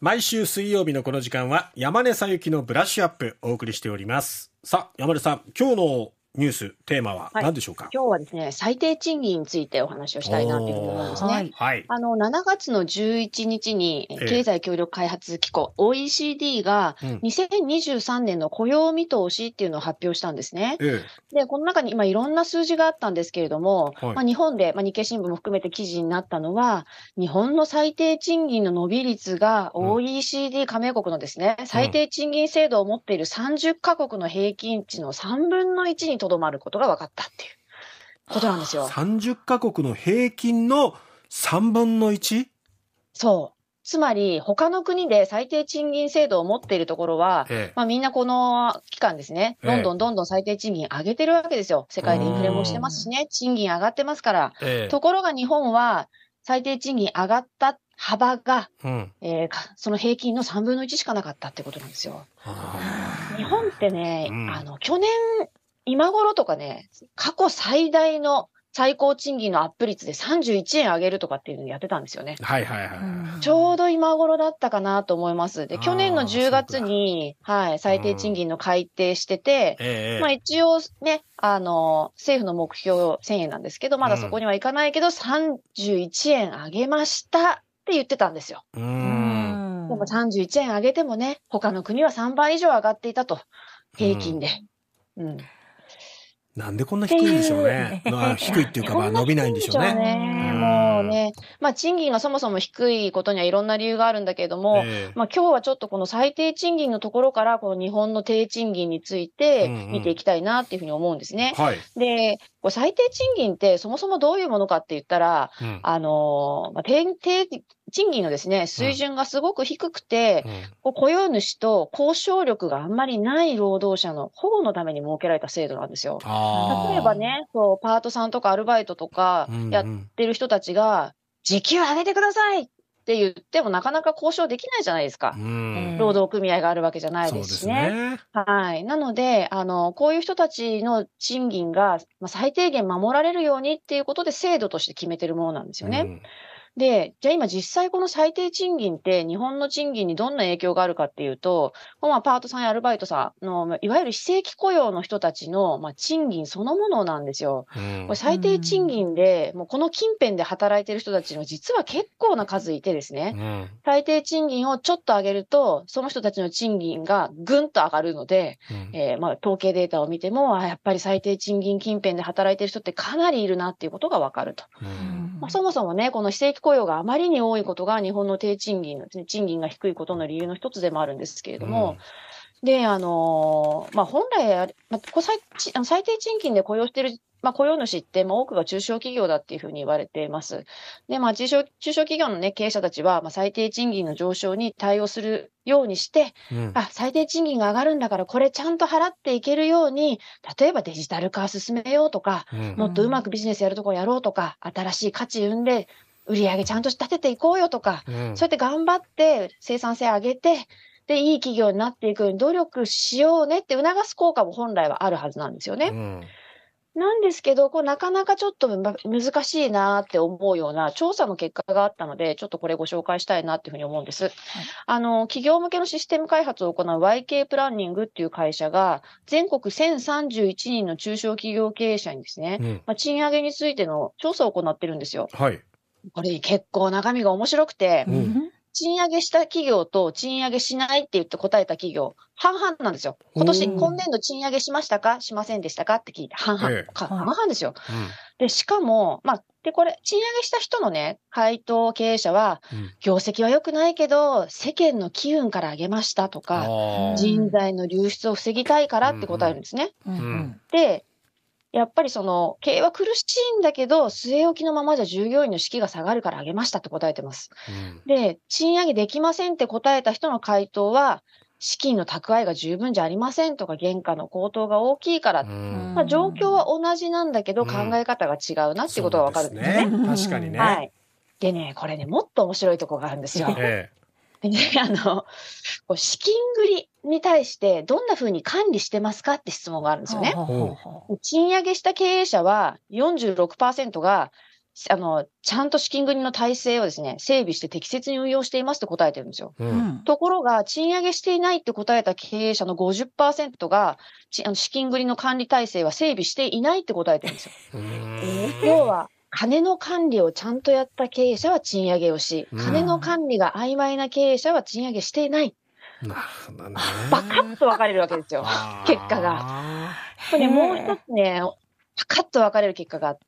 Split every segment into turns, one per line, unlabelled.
毎週水曜日のこの時間は山根さゆきのブラッシュアップお送りしております。さあ山根さん、今日のニューステーマは何でしょうか？
今日はですね、最低賃金についてお話をしたいなというふうに思うんですね。7月の11日に経済協力開発機構 OECD が2023年の雇用見通しっていうのを発表したんですね。で、この中に今いろんな数字があったんですけれども、日本で、日経新聞も含めて記事になったのは、日本の最低賃金の伸び率が OECD 加盟国のですね、最低賃金制度を持っている30カ国の平均値の3分の1にとどまることが分かったっていうことなんですよ。
30カ国の平均の3分の 1？
そう。つまり、他の国で最低賃金制度を持っているところは、みんなこの期間ですね、どんどん最低賃金上げてるわけですよ。世界でインフレもしてますしね、賃金上がってますから。ところが日本は、最低賃金上がった幅が、その平均の3分の1しかなかったってことなんですよ。日本ってね、去年、今頃とかね、過去最大の最高賃金のアップ率で31円上げるとかっていうのをやってたんですよね。ちょうど今頃だったかなと思います。で、去年の10月に、最低賃金の改定してて、一応ね、政府の目標1000円なんですけど、まだそこにはいかないけど、31円上げましたって言ってたんですよ。でも31円上げてもね、他の国は3倍以上上がっていたと。平均で。
なんでこんな低いんでしょうね。低いっていうか、伸びないんでしょうね。
もうね、賃金がそもそも低いことにはいろんな理由があるんだけれども、今日はちょっとこの最低賃金のところから、この日本の低賃金について見ていきたいなっていうふうに思うんですね。で、最低賃金ってそもそもどういうものかって言ったら、低賃金のですね、水準がすごく低くて、雇用主と交渉力があんまりない労働者の保護のために設けられた制度なんですよ。例えばね、パートさんとかアルバイトとかやってる人たちが、時給上げてくださいって言ってもなかなか交渉できないじゃないですか。労働組合があるわけじゃないですしね。なので、こういう人たちの賃金が最低限守られるようにっていうことで制度として決めてるものなんですよね。で、じゃあ今実際この最低賃金って日本の賃金にどんな影響があるかっていうと、パートさんやアルバイトさんの、いわゆる非正規雇用の人たちの、賃金そのものなんですよ。これ最低賃金で、もうこの近辺で働いてる人たちの実は結構な数いてですね、最低賃金をちょっと上げると、その人たちの賃金がぐんと上がるので、統計データを見ても、やっぱり最低賃金近辺で働いてる人ってかなりいるなっていうことがわかると。そもそもね、この非正規雇用があまりに多いことが日本の低賃金の、賃金が低いことの理由の一つでもあるんですけれども、で、本来、最低賃金で雇用している、雇用主って、多くが中小企業だっていうふうに言われています。で、中小企業のね、経営者たちは、最低賃金の上昇に対応するようにして、最低賃金が上がるんだから、これちゃんと払っていけるように、例えばデジタル化進めようとか、もっとうまくビジネスやるとこやろうとか、新しい価値生んで、売り上げちゃんと立てていこうよとか、そうやって頑張って生産性上げて、で、いい企業になっていくように努力しようねって促す効果も本来はあるはずなんですよね。なんですけど、なかなかちょっと難しいなって思うような調査の結果があったので、ちょっとこれご紹介したいなっていうふうに思うんです。企業向けのシステム開発を行う YK プランニングっていう会社が、全国1031人の中小企業経営者にですね、賃上げについての調査を行ってるんですよ。これ結構中身が面白くて、賃上げした企業と賃上げしないって言って答えた企業、半々なんですよ。今年度賃上げしましたかしませんでしたかって聞いて、半々ですよ。で、しかも、これ、賃上げした人のね、回答経営者は、業績は良くないけど、世間の機運から上げましたとか、人材の流出を防ぎたいからって答えるんですね。で、やっぱり経営は苦しいんだけど、据え置きのままじゃ従業員の士気が下がるから上げましたって答えてます。で、賃上げできませんって答えた人の回答は、資金の蓄えが十分じゃありませんとか、原価の高騰が大きいから、状況は同じなんだけど、考え方が違うなっていうことがわかるんですね。
確かにね。
でね、これね、もっと面白いところがあるんですよ。でね、資金繰りに対してどんな風に管理してますかって質問があるんですよね。賃上げした経営者は46%がちゃんと資金繰りの体制をですね、整備して適切に運用していますと答えてるんですよ。ところが、賃上げしていないって答えた経営者の 50% が、資金繰りの管理体制は整備していないって答えてるんですよ。要は、金の管理をちゃんとやった経営者は賃上げをし、金の管理が曖昧な経営者は賃上げしていない。
なるほどね。
バカッと分かれるわけですよ。結果が。これもう一つね、パカッと分かれる結果があって、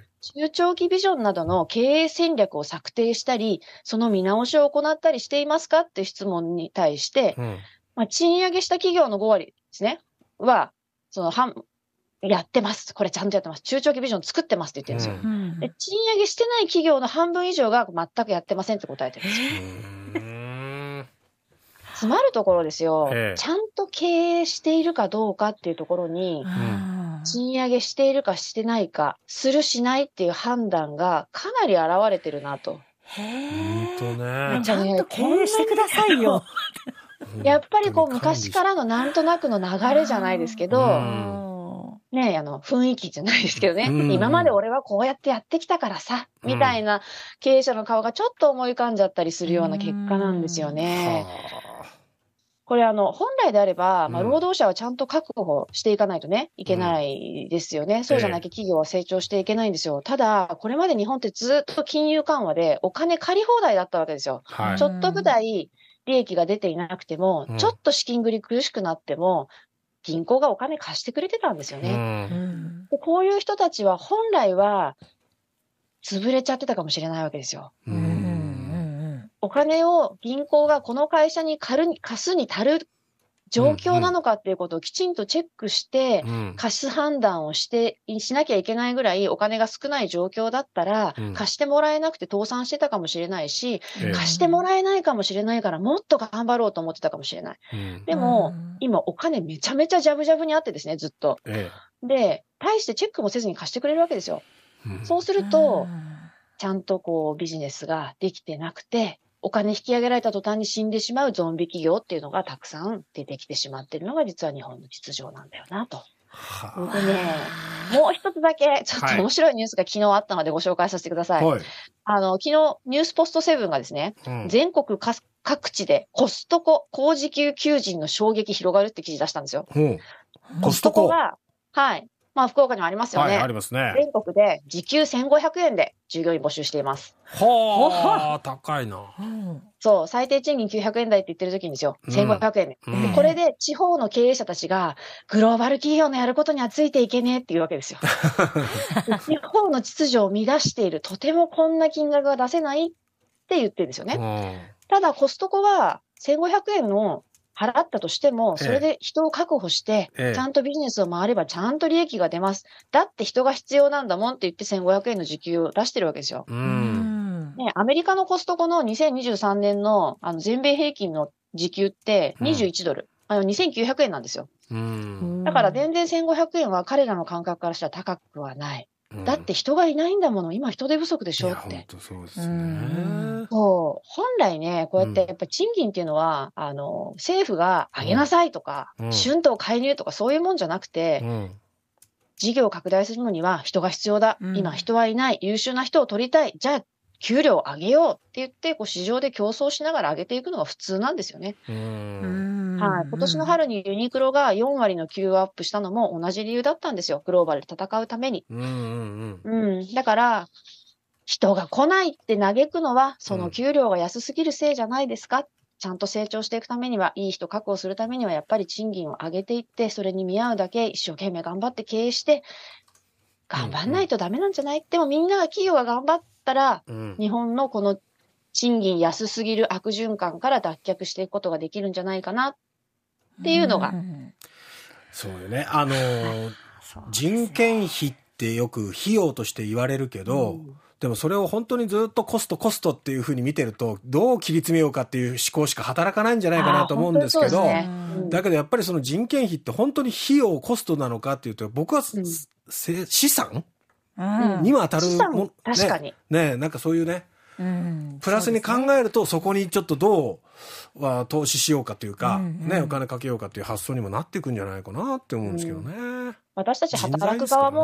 中長期ビジョンなどの経営戦略を策定したり、その見直しを行ったりしていますかっていう質問に対して、賃上げした企業の5割ですね、は、やってます。これちゃんとやってます。中長期ビジョン作ってますって言ってるんですよ。で、賃上げしてない企業の半分以上が全くやってませんって答えてるんですよ。詰まるところですよ。ちゃんと経営しているかどうかっていうところに、賃上げしているかしてないか、するしないっていう判断がかなり現れてるなと。
本当ね。
ちゃんと経営してくださいよ。
やっぱり昔からのなんとなくの流れじゃないですけど、ね、雰囲気じゃないですけどね、今まで俺はこうやってやってきたからさ、みたいな経営者の顔がちょっと思い浮かんじゃったりするような結果なんですよね。これ本来であれば、労働者はちゃんと確保していかないとね、いけないですよね。そうじゃなきゃ企業は成長していけないんですよ。ただ、これまで日本ってずっと金融緩和でお金借り放題だったわけですよ。ちょっとぐらい利益が出ていなくても、ちょっと資金繰り苦しくなっても、銀行がお金貸してくれてたんですよね。でこういう人たちは本来は潰れちゃってたかもしれないわけですよ。お金を銀行がこの会社に貸すに足る状況なのかっていうことをきちんとチェックして、貸す判断をしなきゃいけないぐらいお金が少ない状況だったら、貸してもらえなくて倒産してたかもしれないし、貸してもらえないかもしれないからもっと頑張ろうと思ってたかもしれない。でも、今お金めちゃめちゃジャブジャブにあってですね、ずっと。で、大してチェックもせずに貸してくれるわけですよ。そうすると、ちゃんとビジネスができてなくて、お金引き上げられた途端に死んでしまうゾンビ企業っていうのがたくさん出てきてしまっているのが実は日本の実情なんだよなと。でね、もう一つだけちょっと面白いニュースが昨日あったのでご紹介させてください。昨日ニュースポスト7がですね、全国各地でコストコ高時給求人の衝撃広がるって記事出したんですよ。コストコが、福岡にもありますよね。
ありますね。
全国で時給1500円で従業員募集しています。
高いな。
そう、最低賃金900円台って言ってる時にですよ。1500円で。これで地方の経営者たちがグローバル企業のやることにはついていけねえっていうわけですよ。地方の秩序を乱している。とてもこんな金額が出せないって言ってるんですよね。ただコストコは1500円の払ったとしても、それで人を確保して、ちゃんとビジネスを回ればちゃんと利益が出ます。だって人が必要なんだもんって言って1500円の時給を出してるわけですよ。アメリカのコストコの2023年の全米平均の時給って21ドル。2900円なんですよ。だから全然1500円は彼らの感覚からしたら高くはない。だって人がいないんだもの、今人手不足でしょって。
本当そうですね。
本来ね、こうやってやっぱ賃金っていうのは、政府が上げなさいとか、春闘介入とかそういうもんじゃなくて、事業を拡大するのには人が必要だ。今人はいない。優秀な人を取りたい。じゃあ、給料を上げようって言って、市場で競争しながら上げていくのが普通なんですよね。今年の春にユニクロが4割の給与アップしたのも同じ理由だったんですよ。グローバルで戦うために。だから、人が来ないって嘆くのは、その給料が安すぎるせいじゃないですか。ちゃんと成長していくためには、いい人確保するためには、やっぱり賃金を上げていって、それに見合うだけ一生懸命頑張って経営して、頑張んないとダメなんじゃない？でもみんなが企業が頑張ったら、日本のこの賃金安すぎる悪循環から脱却していくことができるんじゃないかなっていうのが。
そうよね。人件費ってよく費用として言われるけど、でもそれを本当にずっとコストっていうふうに見てると、どう切り詰めようかっていう思考しか働かないんじゃないかなと思うんですけど、だけどやっぱりその人件費って本当に費用、コストなのかっていうと、僕は、資産にも当たるもん、
確かに。
ね、なんかそういうね、プラスに考えると、そこにちょっとどう投資しようかというか、お金かけようかという発想にもなっていくんじゃないかなって思うんですけどね。
私たち働く側も、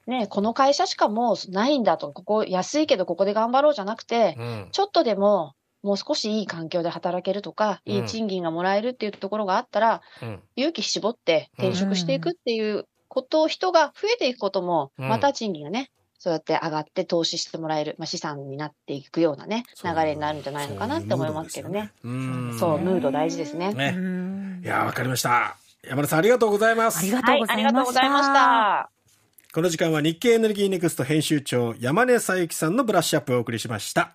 ね、この会社しかもうないんだと、ここ安いけどここで頑張ろうじゃなくて、ちょっとでももう少しいい環境で働けるとか、いい賃金がもらえるっていうところがあったら、勇気絞って転職していくっていうことを、人が増えていくことも、また賃金がね、そうやって上がって投資してもらえる、資産になっていくようなね、流れになるんじゃないのかなって思いますけどね。そう、ムード大事ですね。
いや、わかりました。山田さん、ありがとうございます。
ありがとうございました。ありがとうございました。
この時間は日経エネルギーネクスト編集長山根佐幸さんのブラッシュアップをお送りしました。